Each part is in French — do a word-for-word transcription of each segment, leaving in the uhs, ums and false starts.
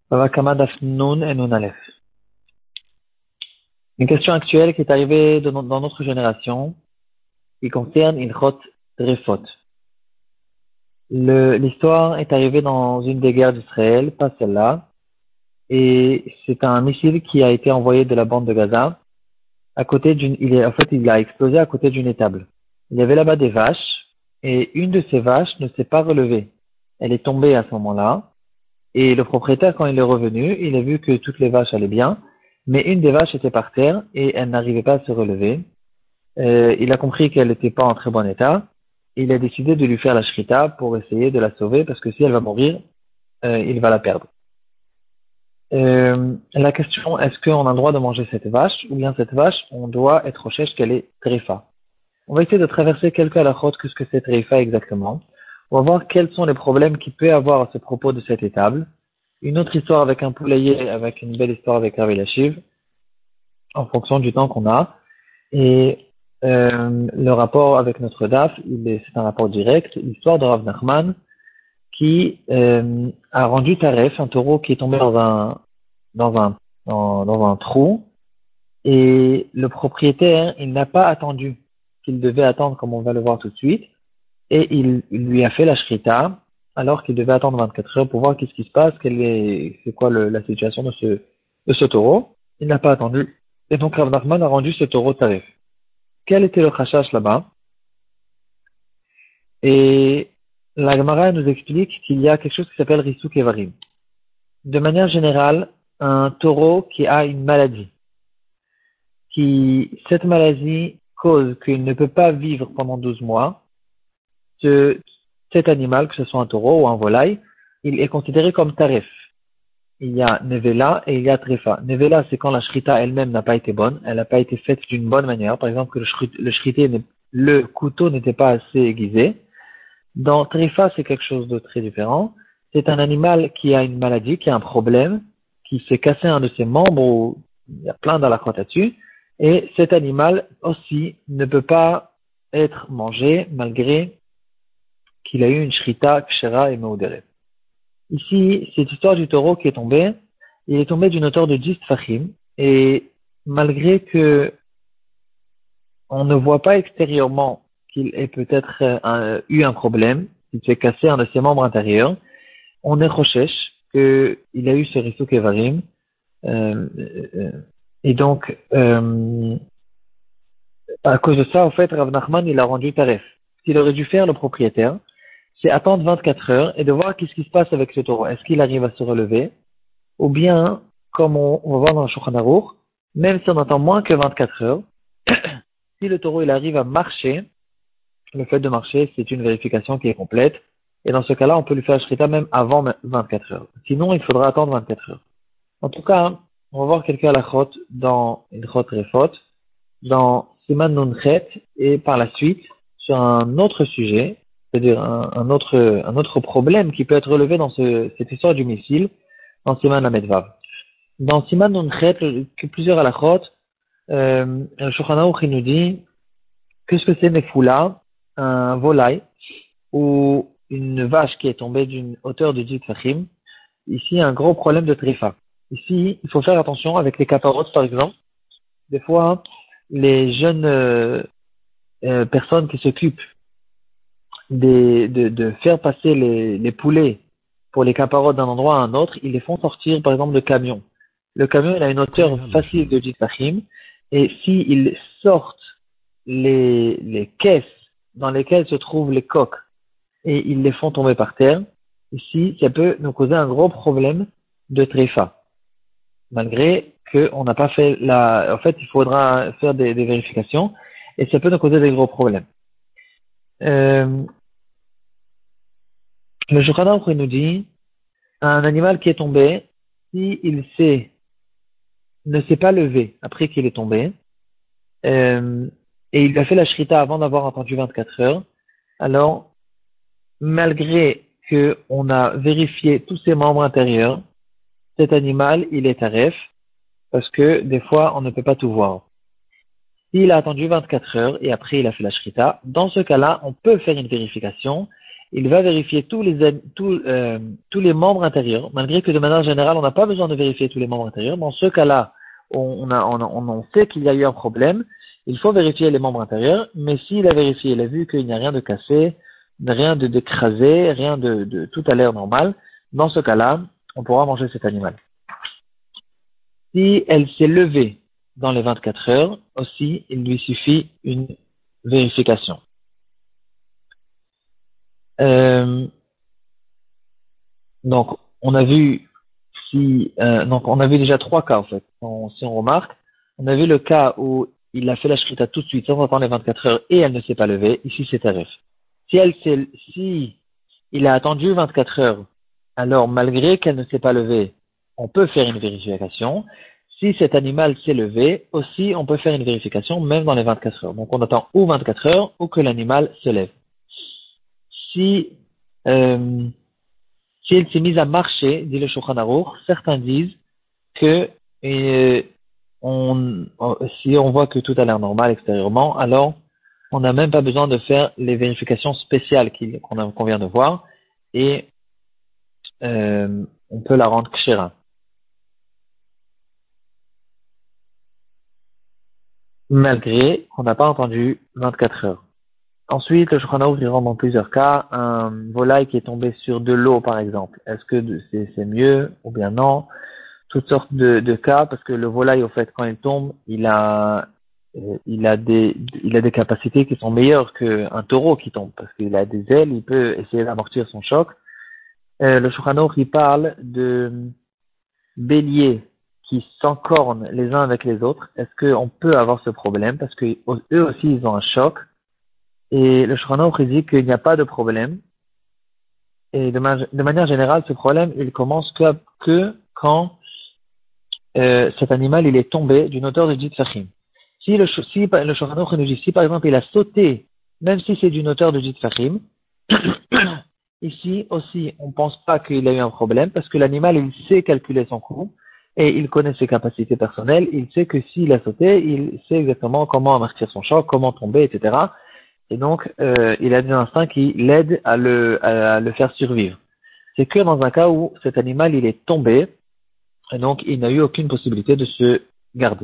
Bava Daf Nun et Nun Aleph. Une question actuelle qui est arrivée de no- dans notre génération, qui concerne Ilchot Refot. Le- L'histoire est arrivée dans une des guerres d'Israël, pas celle-là, et c'est un missile qui a été envoyé de la bande de Gaza, à côté d'une, il est, en fait, il a explosé à côté d'une étable. Il y avait là-bas des vaches, et une de ces vaches ne s'est pas relevée. Elle est tombée à ce moment-là, et le propriétaire, quand il est revenu, il a vu que toutes les vaches allaient bien, mais une des vaches était par terre et elle n'arrivait pas à se relever. Euh, il a compris qu'elle n'était pas en très bon état. Il a décidé de lui faire la shrita pour essayer de la sauver parce que si elle va mourir, euh, il va la perdre. Euh, la question, est-ce qu'on a le droit de manger cette vache ou bien cette vache, on doit être au chèche qu'elle est tréfa. On va essayer de traverser quelques halachot, qu'est-ce que c'est tréfa exactement. On va voir quels sont les problèmes qu'il peut y avoir à ce propos de cette étable. Une autre histoire avec un poulailler, avec une belle histoire avec Rav Elashiv, en fonction du temps qu'on a. Et euh, le rapport avec notre D A F, il est, c'est un rapport direct, l'histoire de Rav Nachman, qui euh, a rendu Taref, un taureau qui est tombé dans un dans un dans, dans un trou, et le propriétaire, il n'a pas attendu qu'il devait attendre, comme on va le voir tout de suite, et il, il lui a fait la shrita, alors qu'il devait attendre vingt-quatre heures pour voir qu'est-ce qui se passe, quelle est, c'est quoi le, la situation de ce, de ce taureau. Il n'a pas attendu. Et donc Rav Nachman a rendu ce taureau tarif. Quel était le chachash là-bas? Et la Gemara nous explique qu'il y a quelque chose qui s'appelle Risuk Evarim. De manière générale, un taureau qui a une maladie, qui, cette maladie cause qu'il ne peut pas vivre pendant douze mois, ce, cet animal, que ce soit un taureau ou un volaille, il est considéré comme tarif. Il y a nevela et il y a trefa. Nevela, c'est quand la shrita elle-même n'a pas été bonne, elle n'a pas été faite d'une bonne manière. Par exemple, que le, shrit, le, shrité, le couteau n'était pas assez aiguisé. Dans trefa, c'est quelque chose de très différent. C'est un animal qui a une maladie, qui a un problème, qui s'est cassé un de ses membres, ou il y a plein d'alakhot là-dessus. Et cet animal aussi ne peut pas être mangé malgré qu'il a eu une shrita, kshera et meuderet. Ici, cette histoire du taureau qui est tombé, il est tombé d'une hauteur de dix tfachim, et malgré que on ne voit pas extérieurement qu'il ait peut-être euh, eu un problème, qu'il s'est cassé un de ses membres intérieurs, on est rochesh qu'il a eu ce risuk evarim, euh, euh, et donc, euh, à cause de ça, en fait, Rav Nachman, il a rendu taref. Ce qu'il aurait dû faire, le propriétaire, c'est attendre vingt-quatre heures et de voir qu'est-ce qui se passe avec ce taureau. Est-ce qu'il arrive à se relever? Ou bien, comme on, on va voir dans le Shulchan Aruch, même si on attend moins que vingt-quatre heures, si le taureau il arrive à marcher, le fait de marcher, c'est une vérification qui est complète. Et dans ce cas-là, on peut lui faire la shrita même avant vingt-quatre heures. Sinon, il faudra attendre vingt-quatre heures. En tout cas, on va voir quelques halachot dans Ilchot Refot, dans Siman Nun Chet, et par la suite, sur un autre sujet, c'est-à-dire un, un, autre, un autre problème qui peut être relevé dans ce, cette histoire du missile, dans Siman Lamed Vav. Dans Siman Nun Chet, que plusieurs halachot, euh, le Shulchan Aruch nous dit qu'est-ce que c'est Nefoula, un volaille, ou une vache qui est tombée d'une hauteur de dix tfachim. Ici, il y a un gros problème de tréfa. Ici, il faut faire attention avec les caparotes, par exemple. Des fois, les jeunes euh, euh, personnes qui s'occupent des, de, de faire passer les, les poulets pour les caparotes d'un endroit à un autre, ils les font sortir, par exemple, de camions. Le camion, il a une hauteur facile de dix tfachim, et s'ils sortent les, les caisses dans lesquelles se trouvent les coques et ils les font tomber par terre, ici, ça peut nous causer un gros problème de tréfa. Malgré qu'on n'a pas fait la, en fait, il faudra faire des, des vérifications et ça peut nous causer des gros problèmes. Euh, le Shulchan Aruch nous dit, un animal qui est tombé, si il s'est, ne s'est pas levé après qu'il est tombé, euh, et il a fait la shrita avant d'avoir attendu vingt-quatre heures, alors, malgré qu'on a vérifié tous ses membres intérieurs, cet animal, il est taref, parce que des fois, on ne peut pas tout voir. S'il a attendu vingt-quatre heures et après il a fait la shrita, dans ce cas-là, on peut faire une vérification il va vérifier tous les, tous, euh, tous les membres intérieurs, malgré que de manière générale, on n'a pas besoin de vérifier tous les membres intérieurs. Dans ce cas-là, on, a, on, a, on sait qu'il y a eu un problème, il faut vérifier les membres intérieurs, mais s'il a vérifié, il a vu qu'il n'y a rien de cassé, rien de d'écrasé, rien de, de tout a l'air normal, dans ce cas-là, on pourra manger cet animal. Si elle s'est levée dans les vingt-quatre heures, aussi, il lui suffit une vérification. Euh, donc, on a vu si, euh, donc on a vu déjà trois cas en fait. On, si on remarque, on a vu le cas où il a fait la shrita tout de suite sans attendre les vingt-quatre heures et elle ne s'est pas levée. Ici, c'est tarif. Si elle s'est, si il a attendu vingt-quatre heures, alors malgré qu'elle ne s'est pas levée, on peut faire une vérification. Si cet animal s'est levé, aussi on peut faire une vérification même dans les vingt-quatre heures. Donc on attend ou vingt-quatre heures ou que l'animal se lève. Si euh, si elle s'est mise à marcher, dit le Shulchan Aruch, certains disent que euh, on, si on voit que tout a l'air normal extérieurement, alors on n'a même pas besoin de faire les vérifications spéciales qu'on, qu'on vient de voir et euh, on peut la rendre kshera. Malgré qu'on n'a pas entendu vingt-quatre heures. Ensuite, le Shulchan Aruch rend dans plusieurs cas un volaille qui est tombé sur de l'eau, par exemple. Est-ce que c'est, c'est mieux ou bien non? Toutes sortes de, de cas, parce que le volaille, au fait, quand il tombe, il a, euh, il a des, il a des capacités qui sont meilleures qu'un taureau qui tombe, parce qu'il a des ailes, il peut essayer d'amortir son choc. Euh, le Shulchan Aruch, il parle de béliers qui s'encornent les uns avec les autres. Est-ce qu'on peut avoir ce problème? Parce que eux aussi, ils ont un choc. Et le Shulchan Aruch dit qu'il n'y a pas de problème. Et de, ma- de manière générale, ce problème, il commence que, que quand euh, cet animal il est tombé d'une hauteur de dix tfachim. Si le, si le Shulchan Aruch nous dit, si par exemple il a sauté, même si c'est d'une hauteur de dix tfachim, ici aussi on pense pas qu'il a eu un problème parce que l'animal il sait calculer son coût et il connaît ses capacités personnelles, il sait que s'il a sauté, il sait exactement comment amortir son choc, comment tomber, et cetera. Et donc, euh, il a des instincts qui l'aident à le, à le faire survivre. C'est que dans un cas où cet animal, il est tombé, et donc il n'a eu aucune possibilité de se garder.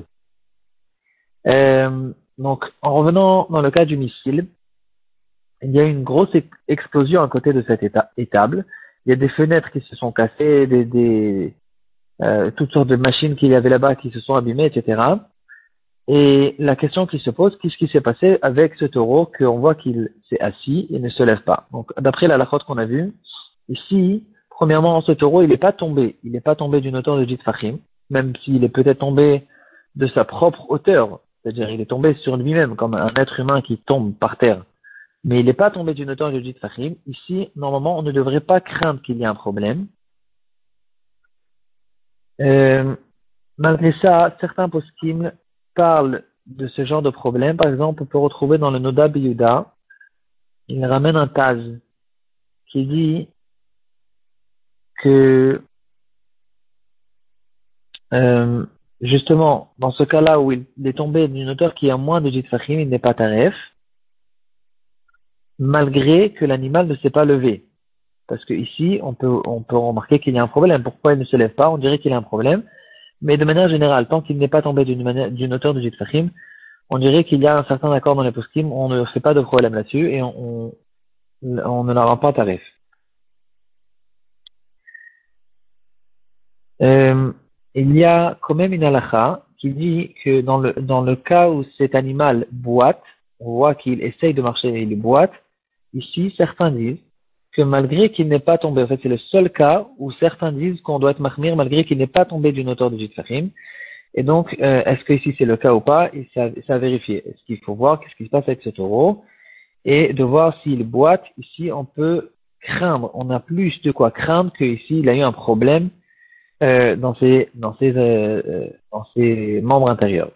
Euh, donc, en revenant dans le cas du missile, il y a eu une grosse explosion à côté de cette éta- étable. Il y a des fenêtres qui se sont cassées, des, des euh, toutes sortes de machines qu'il y avait là-bas qui se sont abîmées, et cetera. Et la question qui se pose, qu'est-ce qui s'est passé avec ce taureau qu'on voit qu'il s'est assis et ne se lève pas? Donc, d'après la lachote qu'on a vue, ici, premièrement, ce taureau, il n'est pas tombé. Il n'est pas tombé d'une hauteur de dix tfachim, même s'il est peut-être tombé de sa propre hauteur. C'est-à-dire, il est tombé sur lui-même, comme un être humain qui tombe par terre. Mais il n'est pas tombé d'une hauteur de dix tfachim. Ici, normalement, on ne devrait pas craindre qu'il y ait un problème. Euh, malgré ça, certains poskim parle de ce genre de problème. Par exemple, on peut retrouver dans le Noda Biyuda, il ramène un Taz qui dit que euh, justement, dans ce cas-là où il est tombé d'une hauteur qui est à moins de dix tfachim, il n'est pas taref, malgré que l'animal ne s'est pas levé. Parce que ici, on peut, on peut remarquer qu'il y a un problème. Pourquoi il ne se lève pas? On dirait qu'il y a un problème. Mais de manière générale, tant qu'il n'est pas tombé d'une manière, d'une hauteur de dix tfachim, on dirait qu'il y a un certain accord dans les poskim, on ne fait pas de problème là-dessus et on, on, on ne la rend pas tarif. Euh, il y a quand même une halakha qui dit que dans le, dans le cas où cet animal boite, on voit qu'il essaye de marcher et il boite, ici certains disent que malgré qu'il n'est pas tombé, en fait c'est le seul cas où certains disent qu'on doit être mahmir malgré qu'il n'est pas tombé d'une hauteur de dix tfachim. Et donc, euh, est-ce que ici c'est le cas ou pas? Et c'est à, c'est à vérifier. Est-ce qu'il faut voir qu'est-ce qui se passe avec ce taureau et de voir s'il boite. Ici, on peut craindre. On a plus de quoi craindre qu'ici il a eu un problème euh, dans ses dans ses euh, dans ses membres intérieurs.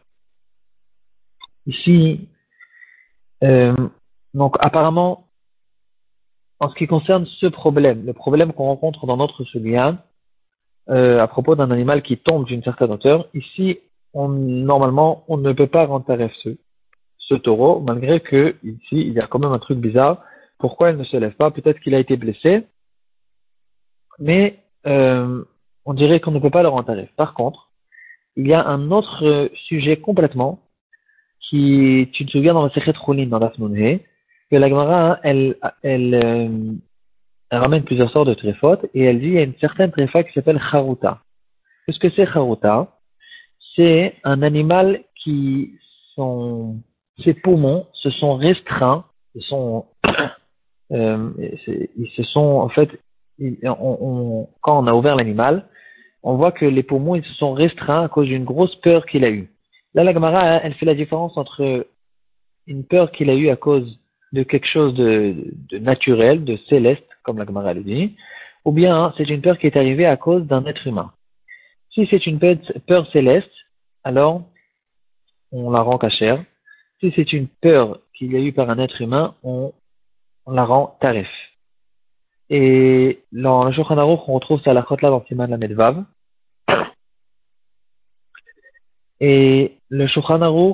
Ici, euh, donc apparemment, en ce qui concerne ce problème, le problème qu'on rencontre dans notre sugia, Euh, à propos d'un animal qui tombe d'une certaine hauteur, ici, on, normalement, on ne peut pas rendre taref ce, ce taureau, malgré que, ici, il y a quand même un truc bizarre, pourquoi elle ne se lève pas? Peut-être qu'il a été blessé, mais euh, on dirait qu'on ne peut pas le rendre tarif. Par contre, il y a un autre euh, sujet complètement qui, tu te souviens dans le Sechet Choulin, dans Daf Nun He, que la Gemara, elle, elle, euh, elle ramène plusieurs sortes de tréfotes et elle dit il y a une certaine tréfa qui s'appelle Charuta. Qu'est-ce que c'est Charuta? C'est un animal qui, son, ses poumons se sont restreints, ils sont, euh, ils se sont, en fait, ils, on, on, quand on a ouvert l'animal, on voit que les poumons, ils se sont restreints à cause d'une grosse peur qu'il a eue. Là, la Gemara, elle fait la différence entre une peur qu'il a eue à cause de quelque chose de, de naturel, de céleste, comme la Gemara le dit, ou bien hein, c'est une peur qui est arrivée à cause d'un être humain. Si c'est une peur, peur céleste, alors on la rend cachère. Si c'est une peur qu'il y a eu par un être humain, on, on la rend tarif. Et dans le Shulchan Aruch, on retrouve ça à la Chotla dans Siman Lamed Vav. Et le Shulchan Aruch,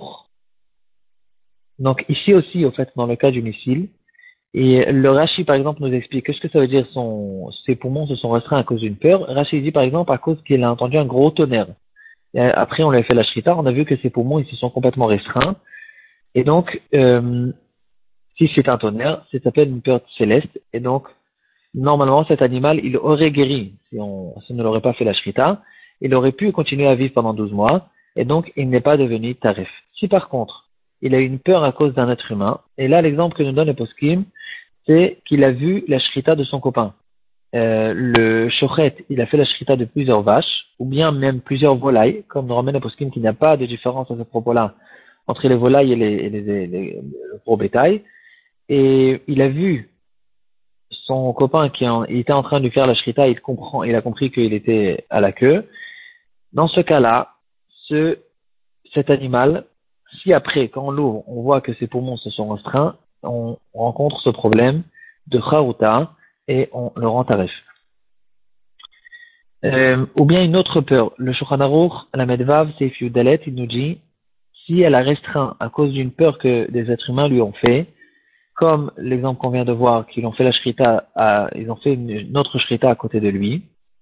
donc ici aussi, au fait, dans le cas du missile, et le Rashi, par exemple, nous explique qu'est-ce que ça veut dire son, ses poumons se sont restreints à cause d'une peur. Rashi dit, par exemple, à cause qu'il a entendu un gros tonnerre. Et après, on lui a fait la shrita, on a vu que ses poumons, ils se sont complètement restreints. Et donc, euh, si c'est un tonnerre, ça s'appelle une peur céleste. Et donc, normalement, cet animal, il aurait guéri si on, si on ne l'aurait pas fait la shrita. Il aurait pu continuer à vivre pendant douze mois. Et donc, il n'est pas devenu tarif. Si par contre, il a eu une peur à cause d'un être humain, et là, l'exemple que nous donne le poskim, c'est qu'il a vu la shrita de son copain. Euh, le shochet, il a fait la shrita de plusieurs vaches, ou bien même plusieurs volailles, comme nous ramène le poskim qu'il n'y a pas de différence à ce propos-là entre les volailles et, les, et les, les, les, le gros bétail. Et il a vu son copain qui en, il était en train de lui faire la shrita, il comprend, il a compris qu'il était à la queue. Dans ce cas-là, ce, cet animal, si après, quand on l'ouvre, on voit que ses poumons se sont restreints, on rencontre ce problème de charuta et on le rend tarif. Euh, ou bien une autre peur. Le Shulchan Aruch, la Medvav, Seif Yudalet, il nous dit, si elle a restreint à cause d'une peur que des êtres humains lui ont fait, comme l'exemple qu'on vient de voir, qu'ils ont fait la shrita, à, ils ont fait une, une autre shrita à côté de lui,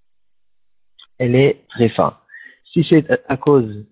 elle est très fin. Si c'est à cause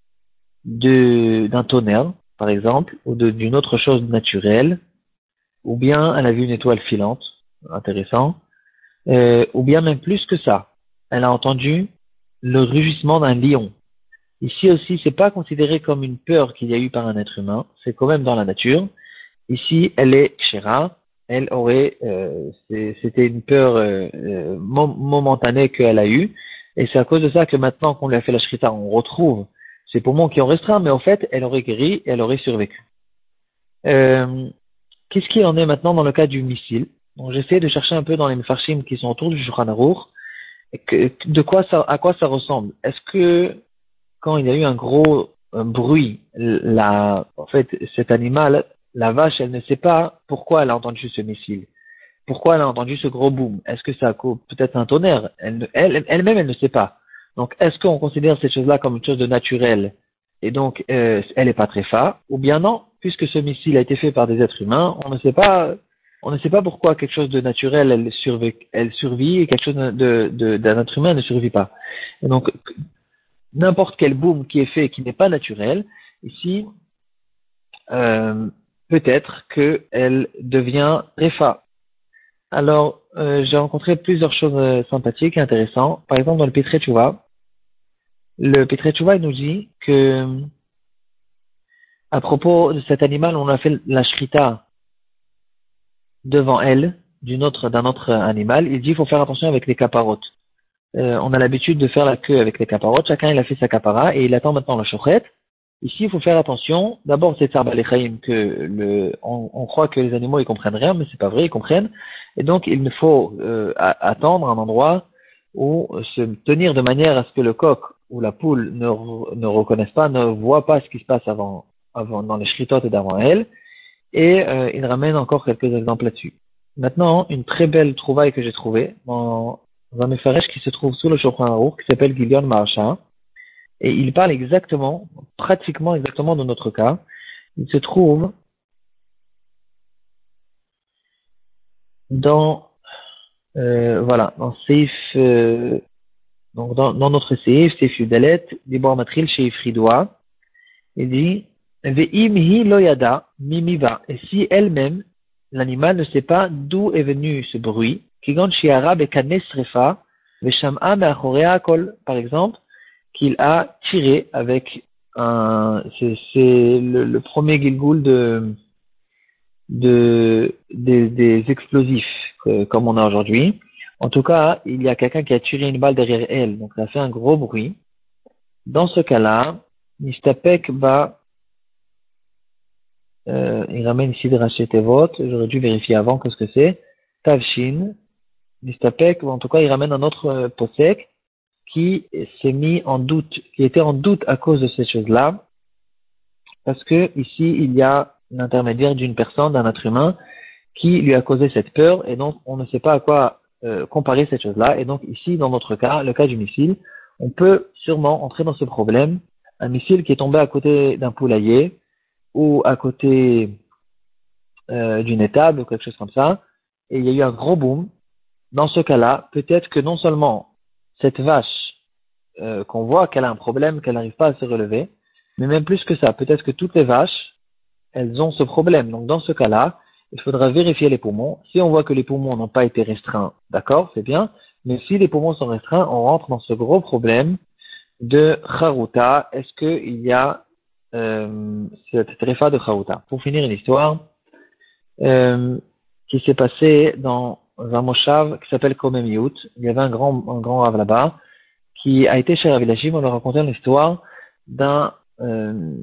de, d'un tonnerre, par exemple, ou de, d'une autre chose naturelle, ou bien elle a vu une étoile filante, intéressant, euh, ou bien même plus que ça, elle a entendu le rugissement d'un lion. Ici aussi, c'est pas considéré comme une peur qu'il y a eu par un être humain, c'est quand même dans la nature. Ici, elle est kshera, elle aurait, euh, c'est, c'était une peur euh, euh, momentanée qu'elle a eue, et c'est à cause de ça que maintenant qu'on lui a fait la shrita, on retrouve ses poumons qui ont restreint, mais en fait, elle aurait guéri et elle aurait survécu. Euh, qu'est-ce qu'il en est maintenant dans le cas du missile? Donc, j'essaie de chercher un peu dans les mefarshim qui sont autour du Shulchan Aruch, que, de quoi ça, à quoi ça ressemble. Est-ce que quand il y a eu un gros un bruit, la, en fait, cet animal, la vache, elle ne sait pas pourquoi elle a entendu ce missile. Pourquoi elle a entendu ce gros boom? Est-ce que ça peut-être un tonnerre? Elle, elle, elle-même, elle ne sait pas. Donc, est-ce qu'on considère cette chose-là comme une chose de naturel et donc euh, elle n'est pas très fa? Ou bien non, puisque ce missile a été fait par des êtres humains, on ne sait pas, on ne sait pas pourquoi quelque chose de naturel elle survit, elle survit et quelque chose de, de, d'un être humain ne survit pas. Et donc, n'importe quel boom qui est fait et qui n'est pas naturel, ici, euh, peut-être qu'elle devient réfa. Alors, euh, j'ai rencontré plusieurs choses euh, sympathiques et intéressantes. Par exemple, dans le Pitrei Teshuvah, le Pitrei Teshuvah nous dit que, à propos de cet animal, on a fait la shrita devant elle, d'une autre, d'un autre animal. Il dit qu'il faut faire attention avec les caparotes. Euh, on a l'habitude de faire la queue avec les caparotes. Chacun, il a fait sa capara et il attend maintenant le shochet. Ici, il faut faire attention. D'abord, c'est Tsar Balechaim que le, on, on croit que les animaux, ils comprennent rien, mais c'est pas vrai, ils comprennent. Et donc, il ne faut euh, attendre un endroit où se tenir de manière à ce que le coq ou la poule ne, ne reconnaissent pas, ne voient pas ce qui se passe avant, avant dans les shritot et d'avant elle. Et euh, il ramène encore quelques exemples là-dessus. Maintenant, une très belle trouvaille que j'ai trouvée dans, dans un mefaresh qui se trouve sous le Shulchan Aruch, qui s'appelle Gideon Maharsha. Et il parle exactement, pratiquement exactement de notre cas. Il se trouve dans, euh, voilà, dans Seif, euh, donc dans, dans notre Seif, Seif Yudalet, Dibor Matril chez Ifridois, il dit, Ve'im hi lo yada mimiva. Et si elle-même, l'animal ne sait pas d'où est venu ce bruit, kigon shiara bekane srefa, ve'sham'a me'achorea kol, par exemple, qu'il a tiré avec un, c'est, c'est le, le premier gilgoul de, de, des, des explosifs, euh, comme on a aujourd'hui. En tout cas, il y a quelqu'un qui a tiré une balle derrière elle, donc ça fait un gros bruit. Dans ce cas-là, Nishtapek va, euh, il ramène ici de Rachetevot, j'aurais dû vérifier avant qu'est-ce que c'est, Tavshin, Nishtapek, en tout cas, il ramène un autre euh, posek qui s'est mis en doute, qui était en doute à cause de ces choses-là, parce que ici, il y a l'intermédiaire d'une personne, d'un être humain, qui lui a causé cette peur, et donc on ne sait pas à quoi euh, comparer cette chose-là. Et donc ici, dans notre cas, le cas du missile, on peut sûrement entrer dans ce problème. Un missile qui est tombé à côté d'un poulailler ou à côté euh, d'une étable ou quelque chose comme ça, et il y a eu un gros boom. Dans ce cas-là, peut-être que non seulement cette vache euh, qu'on voit qu'elle a un problème, qu'elle n'arrive pas à se relever, mais même plus que ça, peut-être que toutes les vaches, elles ont ce problème. Donc dans ce cas-là, il faudra vérifier les poumons. Si on voit que les poumons n'ont pas été restreints, d'accord, c'est bien. Mais si les poumons sont restreints, on rentre dans ce gros problème de Charuta. Est-ce qu'il y a euh, cette tréfa de Charuta? Pour finir une histoire euh, qui s'est passée dans un moshav qui s'appelle Komem Yut. Il y avait un grand, un grand rave là-bas qui a été chez Rav Elashim. On leur racontait l'histoire d'un euh,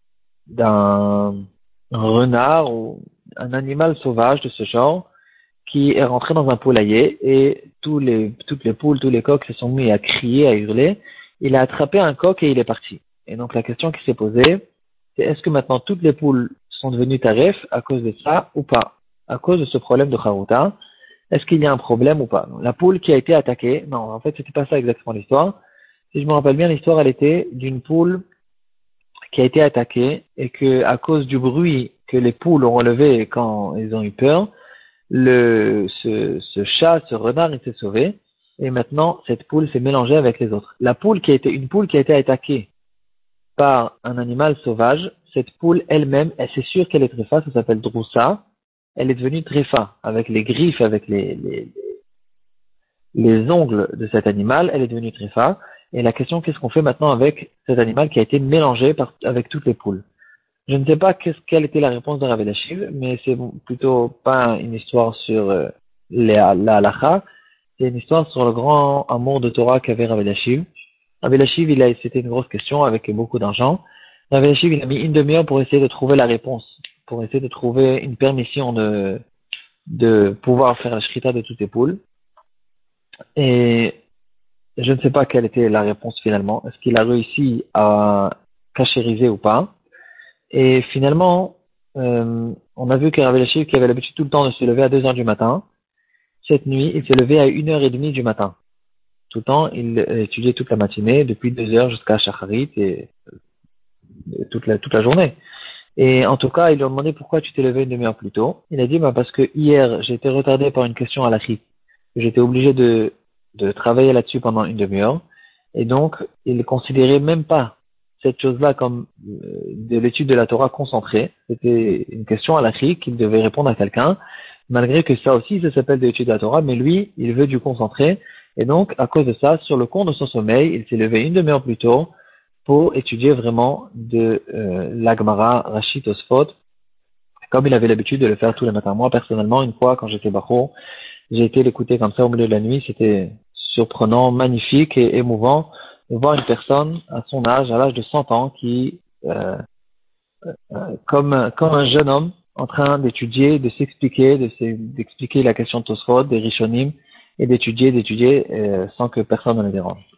d'un un renard ou un animal sauvage de ce genre qui est rentré dans un poulailler et tous les, toutes les poules, tous les coqs se sont mis à crier, à hurler. Il a attrapé un coq et il est parti. Et donc la question qui s'est posée, c'est est-ce que maintenant toutes les poules sont devenues taref à cause de ça ou pas? À cause de ce problème de Charuta, est-ce qu'il y a un problème ou pas? La poule qui a été attaquée, non, en fait c'était pas ça exactement l'histoire. Si je me rappelle bien, l'histoire elle était d'une poule qui a été attaqué et que à cause du bruit que les poules ont relevé quand ils ont eu peur, le ce, ce chat, ce renard, il s'est sauvé et maintenant cette poule s'est mélangée avec les autres. La poule qui a été une poule qui a été attaquée par un animal sauvage, cette poule elle-même, elle c'est sûr qu'elle est tréfa, ça s'appelle droussa, elle est devenue tréfa avec les griffes, avec les, les les ongles de cet animal, elle est devenue tréfa. Et la question, qu'est-ce qu'on fait maintenant avec cet animal qui a été mélangé par, avec toutes les poules? Je ne sais pas qu'est-ce, quelle était la réponse de Rav Elashim, mais c'est plutôt pas une histoire sur euh, la, la halacha, c'est une histoire sur le grand amour de Torah qu'avait Rav Elashim. Rav Elashim, il a, c'était une grosse question avec beaucoup d'argent. Rav Elashim, il a mis une demi-heure pour essayer de trouver la réponse, pour essayer de trouver une permission de, de pouvoir faire la shrita de toutes les poules. Et je ne sais pas quelle était la réponse finalement. Est-ce qu'il a réussi à cachériser ou pas? Et finalement, euh, on a vu que Rav Elashim, qui avait l'habitude tout le temps de se lever à deux heures du matin, cette nuit, il s'est levé à une heure et demie du matin. Tout le temps, il étudiait toute la matinée, depuis deux heures jusqu'à Shacharit et toute la, toute la journée. Et en tout cas, ils lui ont demandé pourquoi tu t'es levé une demi-heure plus tôt. Il a dit, bah, parce que hier, j'ai été retardé par une question à la chi. J'étais obligé de, de travailler là-dessus pendant une demi-heure. Et donc, il ne considérait même pas cette chose-là comme euh, de l'étude de la Torah concentrée. C'était une question à la chi qu'il devait répondre à quelqu'un. Malgré que ça aussi, ça s'appelle de l'étude de la Torah, mais lui, il veut du concentré. Et donc, à cause de ça, sur le compte de son sommeil, il s'est levé une demi-heure plus tôt pour étudier vraiment de euh, l'Agmara, Rashi, Tosfot, comme il avait l'habitude de le faire tous les matins. Moi, personnellement, une fois, quand j'étais bachor, j'ai été l'écouter comme ça au milieu de la nuit. C'était surprenant, magnifique et émouvant de voir une personne à son âge, à l'âge de cent ans, qui, euh, euh, comme, comme un jeune homme, en train d'étudier, de s'expliquer, de d'expliquer la question de Tosfot, des Rishonim, et d'étudier, d'étudier, euh, sans que personne ne le dérange.